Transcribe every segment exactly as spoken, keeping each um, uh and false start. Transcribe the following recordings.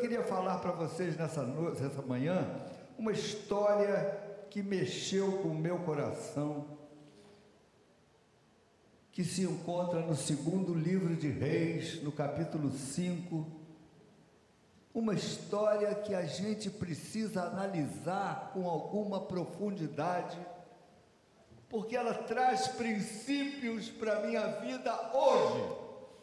queria falar para vocês nessa, noite, nessa manhã uma história que mexeu com o meu coração, que se encontra no segundo livro de Reis, no capítulo cinco, uma história que a gente precisa analisar com alguma profundidade, porque ela traz princípios para a minha vida hoje.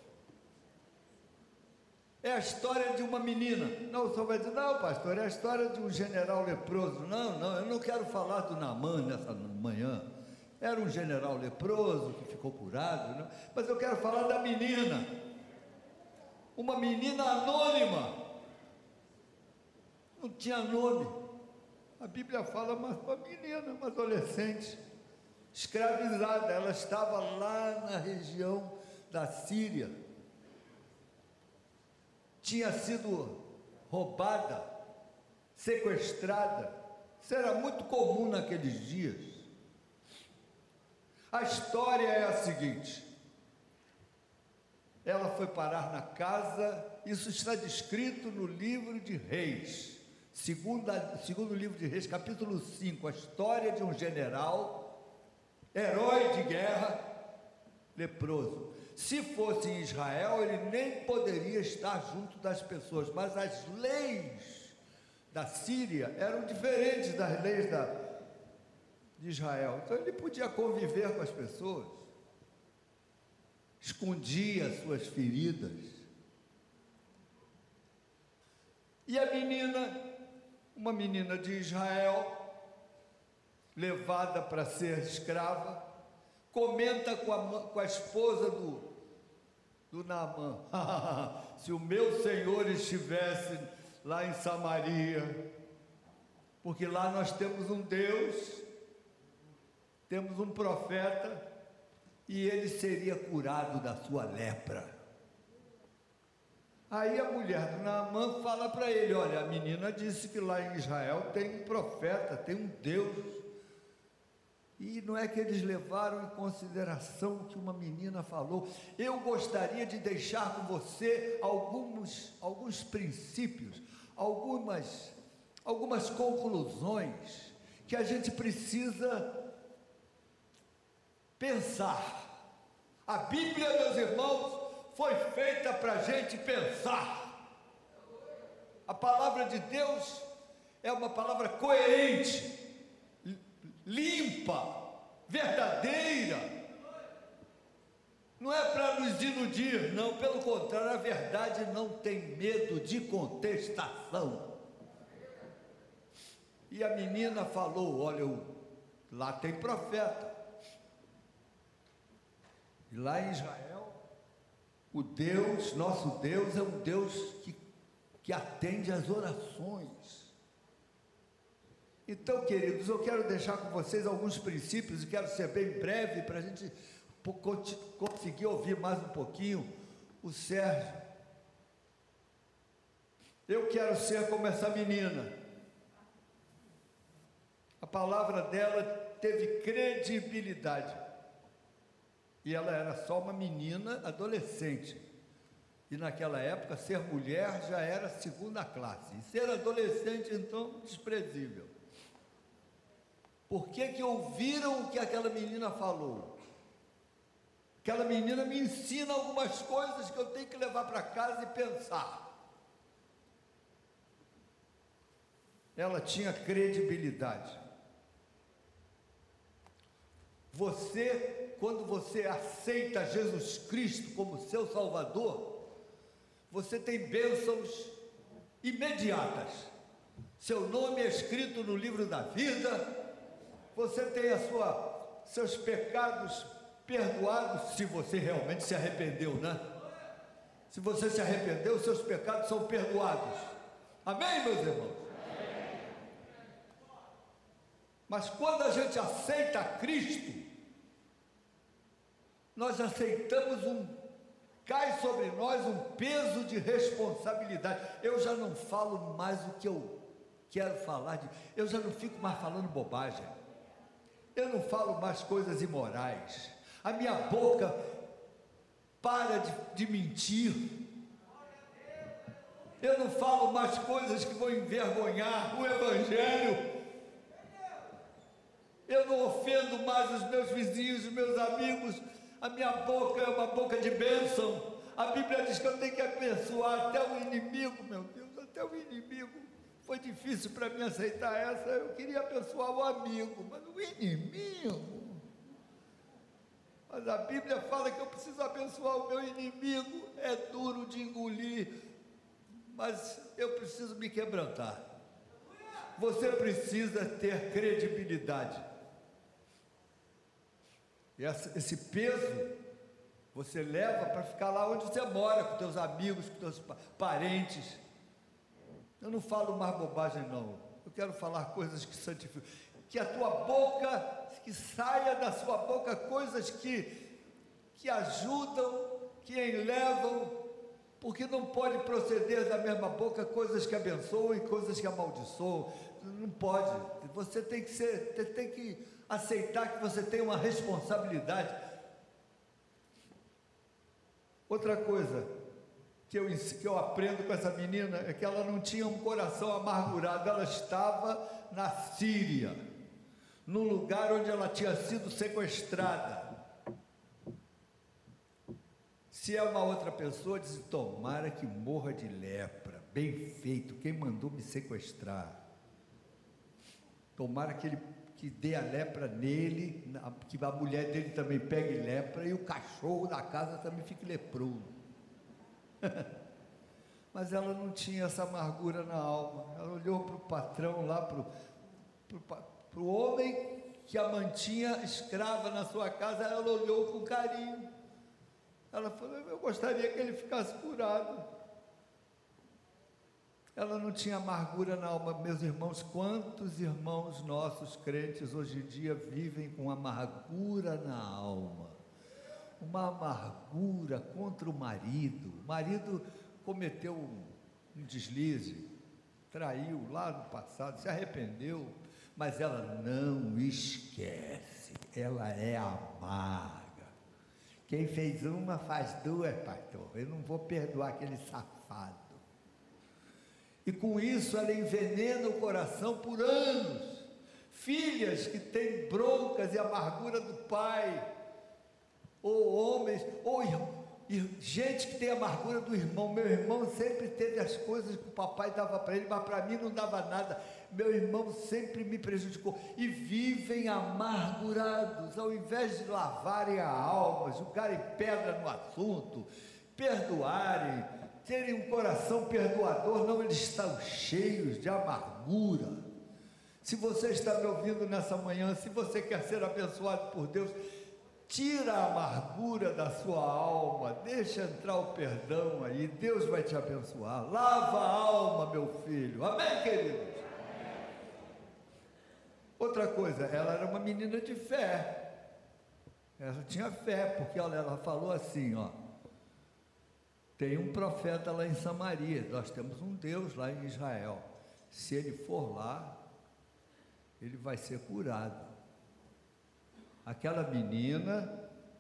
É a história de uma menina. Não, o senhor vai dizer, não, pastor, é a história de um general leproso. Não, não, eu não quero falar do Naamã nessa manhã. Era um general leproso que ficou curado, né? Mas eu quero falar da menina. Uma menina anônima. Não tinha nome. A Bíblia fala, mas uma menina, uma adolescente, escravizada. Ela estava lá na região da Síria. Tinha sido roubada, sequestrada. Isso era muito comum naqueles dias. A história é a seguinte: ela foi parar na casa, isso está descrito no livro de Reis, segunda, segundo livro de Reis, capítulo cinco, a história de um general, herói de guerra, leproso. Se fosse em Israel, ele nem poderia estar junto das pessoas, mas as leis da Síria eram diferentes das leis da, de Israel. Então ele podia conviver com as pessoas, escondia suas feridas. E a menina, uma menina de Israel, levada para ser escrava, comenta com a, com a esposa do, do Naamã: se o meu Senhor estivesse lá em Samaria, porque lá nós temos um Deus, temos um profeta, e ele seria curado da sua lepra. Aí a mulher do Naamã fala para ele: olha, a menina disse que lá em Israel tem um profeta, tem um Deus. E não é que eles levaram em consideração o que uma menina falou. Eu gostaria de deixar com você alguns, alguns princípios, algumas, algumas conclusões que a gente precisa pensar. A Bíblia, meus irmãos, foi feita para a gente pensar. A palavra de Deus é uma palavra coerente, limpa, verdadeira. Não é para nos iludir, não, pelo contrário, a verdade não tem medo de contestação. E a menina falou: olha, eu, lá tem profeta, e lá em Israel, o Deus, nosso Deus, é um Deus que, que atende às orações. Então, queridos, eu quero deixar com vocês alguns princípios, e quero ser bem breve, para a gente conseguir ouvir mais um pouquinho o Sérgio. Eu quero ser como essa menina. A palavra dela teve credibilidade, e ela era só uma menina adolescente, e naquela época ser mulher já era segunda classe, e ser adolescente então desprezível. Por que que ouviram o que aquela menina falou? Aquela menina me ensina algumas coisas que eu tenho que levar para casa e pensar. Ela tinha credibilidade. Você, quando você aceita Jesus Cristo como seu Salvador, você tem bênçãos imediatas. Seu nome é escrito no livro da vida. Você tem a sua, seus pecados perdoados, se você realmente se arrependeu, né? Se você se arrependeu, seus pecados são perdoados. Amém, meus irmãos? Amém. Mas quando a gente aceita Cristo, nós aceitamos um, cai sobre nós um peso de responsabilidade. Eu já não falo mais o que eu quero falar, de, eu já não fico mais falando bobagem. Eu não falo mais coisas imorais. A minha boca para de, de mentir. Eu não falo mais coisas que vão envergonhar o Evangelho. Eu não ofendo mais os meus vizinhos, os meus amigos. A minha boca é uma boca de bênção. A Bíblia diz que eu tenho que abençoar até o inimigo, meu Deus, até o inimigo. Foi difícil para mim aceitar essa. Eu queria abençoar o amigo, mas o inimigo. Mas a Bíblia fala que eu preciso abençoar o meu inimigo. É duro de engolir, mas eu preciso me quebrantar. Você precisa ter credibilidade. E esse peso você leva para ficar lá onde você mora, com teus amigos, com teus parentes. Eu não falo mais bobagem, não. Eu quero falar coisas que santificam. Que a tua boca, que saia da sua boca coisas que, que ajudam, que elevam, porque não pode proceder da mesma boca coisas que abençoam e coisas que amaldiçoam. Não pode. Você tem que ser, tem que aceitar que você tem uma responsabilidade. Outra coisa que eu, que eu aprendo com essa menina é que ela não tinha um coração amargurado. Ela estava na Síria, no lugar onde ela tinha sido sequestrada. Se é uma outra pessoa, diz: tomara que morra de lepra. Bem feito, quem mandou me sequestrar? Tomara que ele que dê a lepra nele, que a mulher dele também pegue lepra e o cachorro da casa também fique leproso. Mas ela não tinha essa amargura na alma. Ela olhou para o patrão lá, para o homem que a mantinha escrava na sua casa. Ela olhou com carinho. Ela falou: eu gostaria que ele ficasse curado. Ela não tinha amargura na alma. Meus irmãos, quantos irmãos nossos crentes hoje em dia vivem com amargura na alma? Uma amargura contra o marido. O marido cometeu um, um deslize, traiu lá no passado, se arrependeu, mas ela não esquece, ela é amarga. Quem fez uma faz duas, pastor. Eu não vou perdoar aquele safado. E com isso ela envenena o coração por anos. Filhas que têm broncas e amargura do pai, ou homens, ou gente que tem amargura do irmão. Meu irmão sempre teve as coisas que o papai dava para ele, mas para mim não dava nada. Meu irmão sempre me prejudicou. E vivem amargurados, ao invés de lavarem a alma, jogarem pedra no assunto, perdoarem, terem um coração perdoador. Não, eles estão cheios de amargura. Se você está me ouvindo nessa manhã, se você quer ser abençoado por Deus, tira a amargura da sua alma, deixa entrar o perdão aí, Deus vai te abençoar. Lava a alma, meu filho. Amém, queridos? Amém. Outra coisa, ela era uma menina de fé. Ela tinha fé, porque ela, ela falou assim, ó: tem um profeta lá em Samaria, nós temos um Deus lá em Israel. Se ele for lá, ele vai ser curado. Aquela menina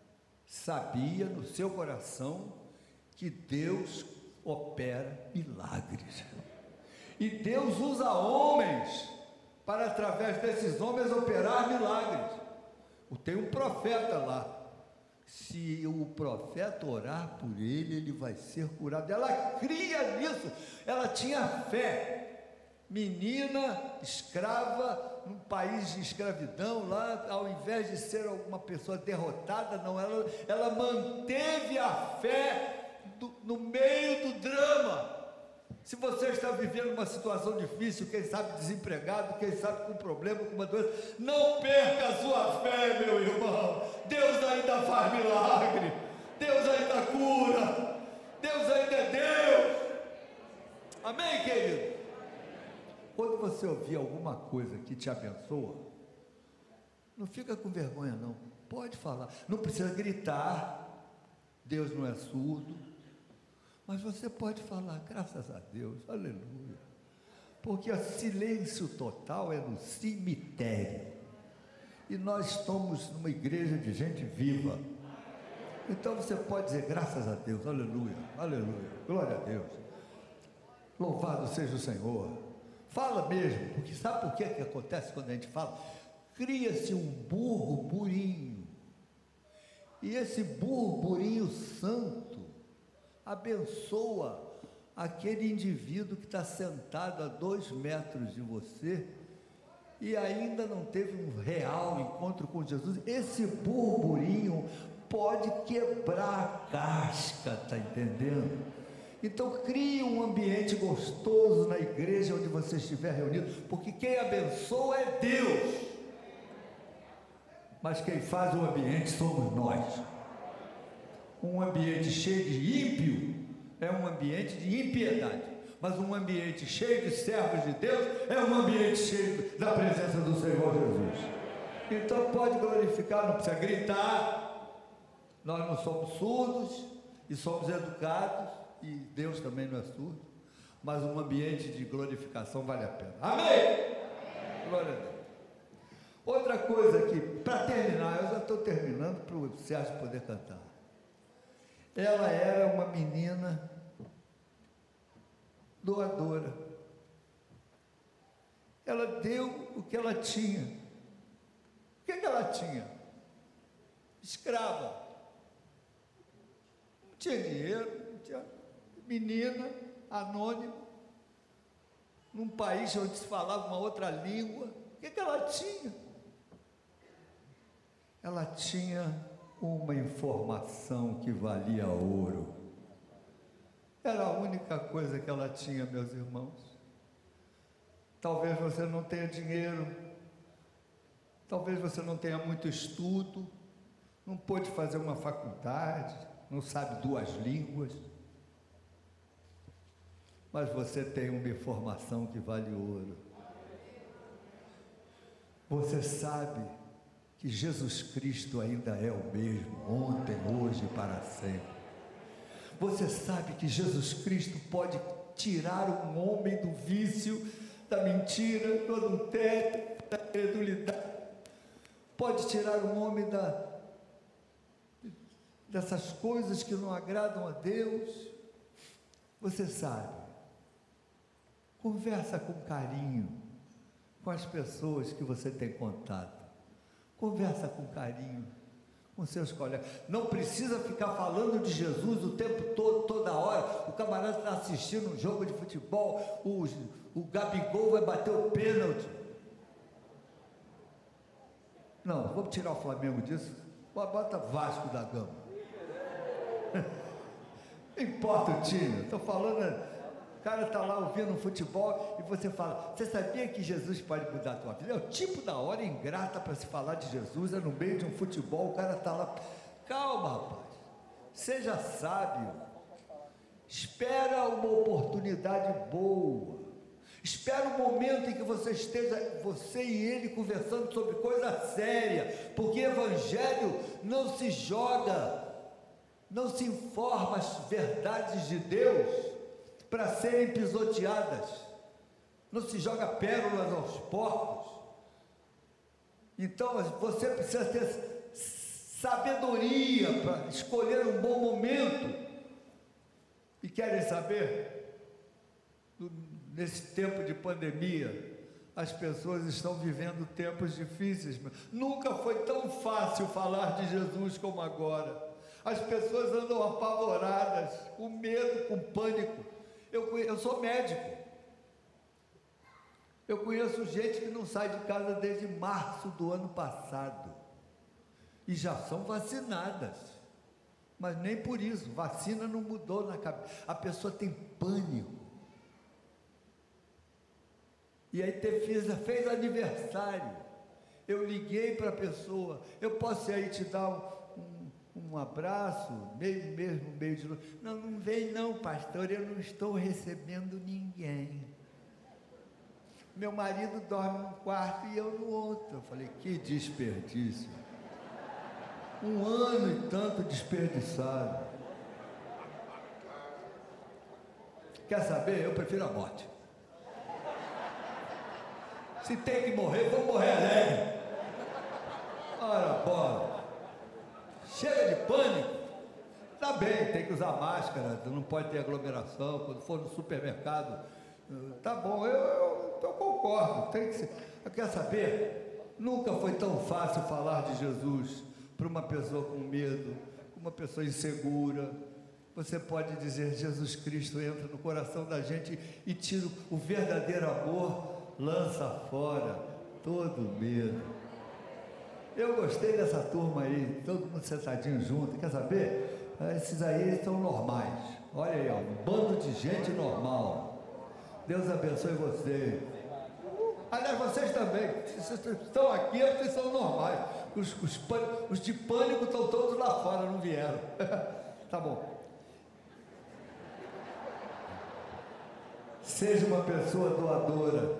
sabia no seu coração que Deus opera milagres. E Deus usa homens para, através desses homens, operar milagres. Tem um profeta lá. Se o profeta orar por ele, ele vai ser curado. Ela cria nisso, ela tinha fé. Menina, escrava, num país de escravidão, lá, ao invés de ser uma pessoa derrotada, não, ela, ela manteve a fé do, no meio do drama. Se você está vivendo uma situação difícil, quem sabe desempregado, quem sabe com problema, com uma doença, não perca a sua fé, meu irmão. Deus ainda faz milagre, Deus ainda cura, Deus ainda é Deus. Amém, querido? Quando você ouvir alguma coisa que te abençoa, não fica com vergonha, não. Pode falar, não precisa gritar. Deus não é surdo. Mas você pode falar: graças a Deus, aleluia. Porque o silêncio total é no cemitério. E nós estamos numa igreja de gente viva. Então você pode dizer: graças a Deus, aleluia, aleluia, glória a Deus. Louvado seja o Senhor. Fala mesmo, porque sabe por que que acontece quando a gente fala? Cria-se um burburinho. E esse burburinho santo abençoa aquele indivíduo que está sentado a dois metros de você e ainda não teve um real encontro com Jesus. Esse burburinho pode quebrar a casca, está entendendo? Então crie um ambiente gostoso na igreja onde você estiver reunido, porque quem abençoa é Deus, mas quem faz o ambiente somos nós. Um ambiente cheio de ímpio é um ambiente de impiedade, mas um ambiente cheio de servos de Deus é um ambiente cheio da presença do Senhor Jesus. Então pode glorificar, não precisa gritar. Nós não somos surdos e somos educados, e Deus também não é surdo, mas um ambiente de glorificação vale a pena. Amém? Glória a Deus. Outra coisa aqui, para terminar, eu já estou terminando para o Sérgio poder cantar. Ela era uma menina doadora. Ela deu o que ela tinha. O que, que ela tinha? Escrava. Não tinha dinheiro, não tinha. Menina, anônima, num país onde se falava uma outra língua. O que, que ela tinha? Ela tinha uma informação que valia ouro. Era a única coisa que ela tinha, meus irmãos. Talvez você não tenha dinheiro, talvez você não tenha muito estudo, não pôde fazer uma faculdade, não sabe duas línguas, mas você tem uma informação que vale ouro. Você sabe que Jesus Cristo ainda é o mesmo, ontem, hoje e para sempre. Você sabe que Jesus Cristo pode tirar um homem do vício, da mentira, do adultério, da incredulidade, pode tirar um homem da, dessas coisas que não agradam a Deus. Você sabe, conversa com carinho com as pessoas que você tem contato. Conversa com carinho com seus colegas. Não precisa ficar falando de Jesus o tempo todo, toda hora. O camarada está assistindo um jogo de futebol, o, o Gabigol vai bater o pênalti. Não, vamos tirar o Flamengo disso. Bota Vasco da Gama. Não importa o time, estou falando. O cara está lá ouvindo um futebol e você fala, você sabia que Jesus pode mudar a tua vida? É o tipo da hora ingrata para se falar de Jesus, é no meio de um futebol, o cara está lá. Calma, rapaz, seja sábio, espera uma oportunidade boa, espera o momento em que você esteja, você e ele conversando sobre coisa séria, porque evangelho não se joga, não se informa as verdades de Deus para serem pisoteadas, não se joga pérolas aos porcos. Então você precisa ter sabedoria para escolher um bom momento. E querem saber? Nesse tempo de pandemia, as pessoas estão vivendo tempos difíceis. Nunca foi tão fácil falar de Jesus como agora. As pessoas andam apavoradas, com medo, com pânico. Eu, eu sou médico, eu conheço gente que não sai de casa desde março do ano passado, e já são vacinadas, mas nem por isso, vacina não mudou na cabeça, a pessoa tem pânico, e aí te, fez, fez aniversário, eu liguei para a pessoa, eu posso ir aí te dar um, um abraço, meio mesmo, meio de luz. Não, não vem não, pastor, eu não estou recebendo ninguém. Meu marido dorme num quarto e eu no outro. Eu falei, que desperdício. Um ano e tanto desperdiçado. Quer saber? Eu prefiro a morte. Se tem que morrer, vou morrer alegre. Ora, bola. Chega de pânico. Tá bem, tem que usar máscara, não pode ter aglomeração, quando for no supermercado, tá bom, eu, eu, eu concordo, tem que ser. Quer saber? Nunca foi tão fácil falar de Jesus para uma pessoa com medo, uma pessoa insegura. Você pode dizer, Jesus Cristo entra no coração da gente e tira o verdadeiro amor, lança fora todo medo. Eu gostei dessa turma aí, todo mundo sentadinho junto, quer saber? Esses aí são normais. Olha aí, ó, um bando de gente normal. Deus abençoe vocês. Aliás, vocês também, vocês estão aqui, vocês são normais. Os, os, os de pânico estão todos lá fora, não vieram. Tá bom. Seja uma pessoa doadora.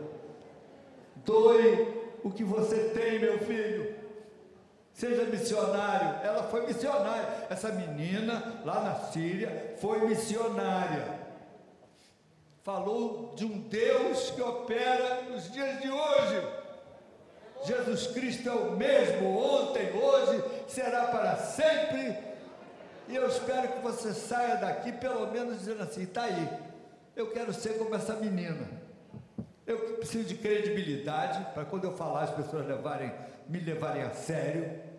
Doe o que você tem, meu filho. Seja missionário. Ela foi missionária. Essa menina lá na Síria foi missionária. Falou de um Deus que opera nos dias de hoje. Jesus Cristo é o mesmo ontem, hoje, será para sempre. E eu espero que você saia daqui pelo menos dizendo assim, está aí, eu quero ser como essa menina. Eu preciso de credibilidade para quando eu falar as pessoas levarem, me levarem a sério.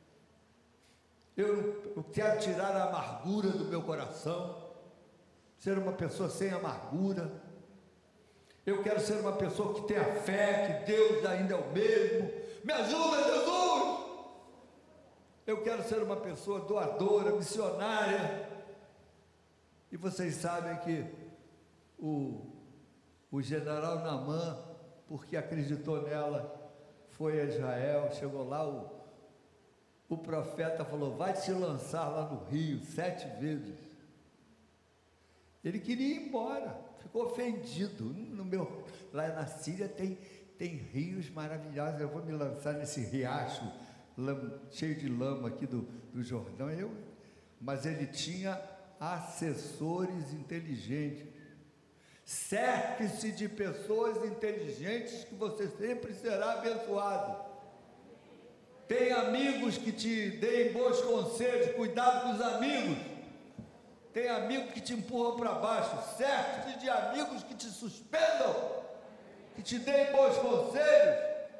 Eu, eu quero tirar a amargura do meu coração, ser uma pessoa sem amargura. Eu quero ser uma pessoa que tenha fé, que Deus ainda é o mesmo. Me ajuda, Jesus! Eu quero ser uma pessoa doadora, missionária. E vocês sabem que o, o general Naamã, porque acreditou nela, foi a Israel, chegou lá, o O profeta falou, vai te lançar lá no rio, sete vezes. Ele queria ir embora, ficou ofendido. No meu, lá na Síria tem, tem rios maravilhosos, eu vou me lançar nesse riacho lam, cheio de lama aqui do, do Jordão. Eu, mas ele tinha assessores inteligentes. Cerque-se de pessoas inteligentes que você sempre será abençoado. Tem amigos que te deem bons conselhos, cuidado com os amigos. Tem amigos que te empurram para baixo. Certo de amigos que te suspendam, que te deem bons conselhos.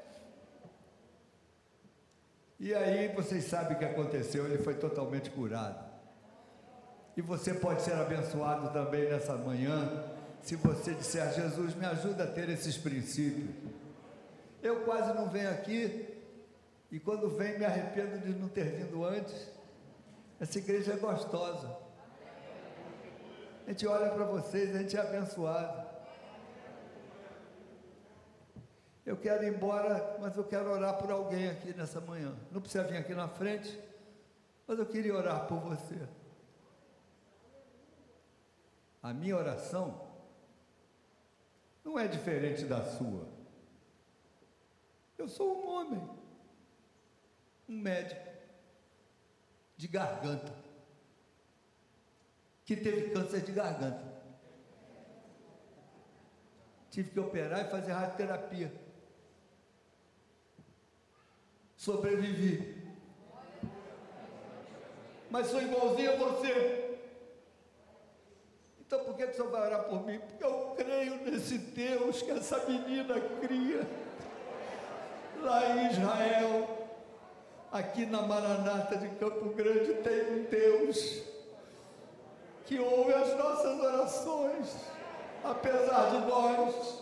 E aí vocês sabem o que aconteceu, ele foi totalmente curado. E você pode ser abençoado também nessa manhã, se você disser, Jesus, me ajuda a ter esses princípios. Eu quase não venho aqui, e quando vem me arrependo de não ter vindo antes. Essa igreja é gostosa. A gente olha para vocês, a gente é abençoado. Eu quero ir embora, mas eu quero orar por alguém aqui nessa manhã. Não precisa vir aqui na frente, mas eu queria orar por você. A minha oração não é diferente da sua. Eu sou um homem, um médico de garganta, que teve câncer de garganta. Tive que operar e fazer radioterapia. Sobrevivi. Mas sou igualzinho a você. Então por que que o senhor vai orar por mim? Porque eu creio nesse Deus que essa menina cria lá em Israel. Aqui na Maranata de Campo Grande tem um Deus que ouve as nossas orações, apesar de nós.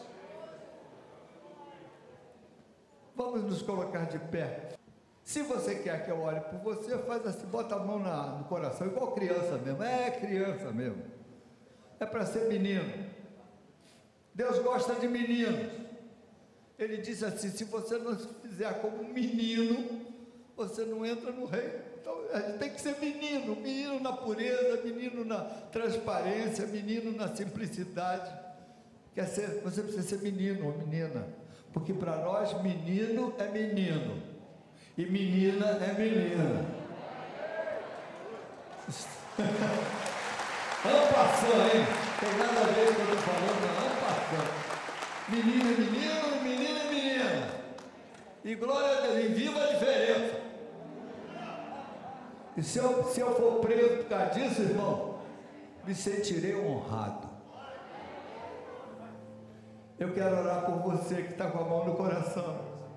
Vamos nos colocar de pé. Se você quer que eu ore por você, faz assim, bota a mão na, no coração, igual criança mesmo. É criança mesmo. É para ser menino. Deus gosta de meninos. Ele disse assim, se você não se fizer como um menino, você não entra no reino. Então, a gente tem que ser menino, menino na pureza, menino na transparência, menino na simplicidade. Quer ser, você precisa ser menino ou menina, porque para nós menino é menino e menina é menina. Vamos passando, hein? Tem nada a ver com o que eu estou falando, vamos passando. Menino é menino e menina é menina. E glória a Deus, e viva a diferença. E se eu, se eu for preso por causa disso, irmão, me sentirei honrado. Eu quero orar por você que está com a mão no coração.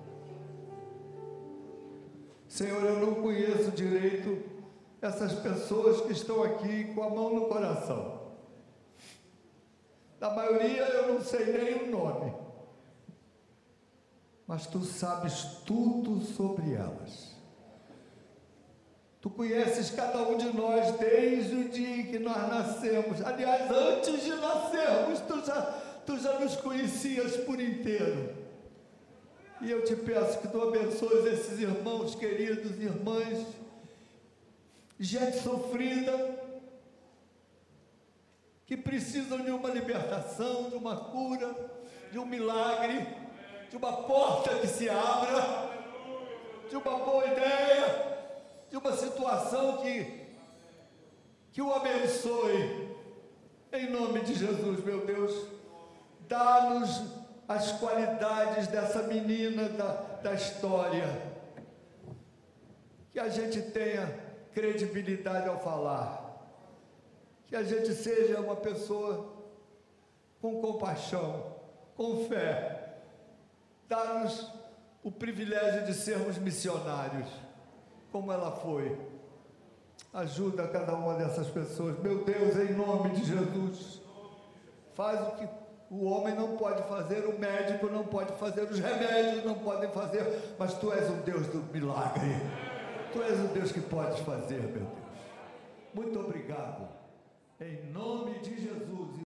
Senhor, eu não conheço direito essas pessoas que estão aqui com a mão no coração. Da maioria eu não sei nem o nome. Mas tu sabes tudo sobre elas. Tu conheces cada um de nós desde o dia em que nós nascemos. Aliás, antes de nascermos, tu já, tu já nos conhecias por inteiro. E eu te peço que tu abençoes esses irmãos queridos, irmãs, gente sofrida, que precisam de uma libertação, de uma cura, de um milagre, de uma porta que se abra, de uma boa ideia, de uma situação que, que o abençoe, em nome de Jesus, meu Deus. Dá-nos as qualidades dessa menina da, da história, que a gente tenha credibilidade ao falar, que a gente seja uma pessoa com compaixão, com fé. Dá-nos o privilégio de sermos missionários, como ela foi. Ajuda cada uma dessas pessoas, meu Deus, em nome de Jesus. Faz o que o homem não pode fazer, o médico não pode fazer, os remédios não podem fazer, mas tu és o Deus do milagre. Tu és o Deus que pode fazer, meu Deus. Muito obrigado. Em nome de Jesus.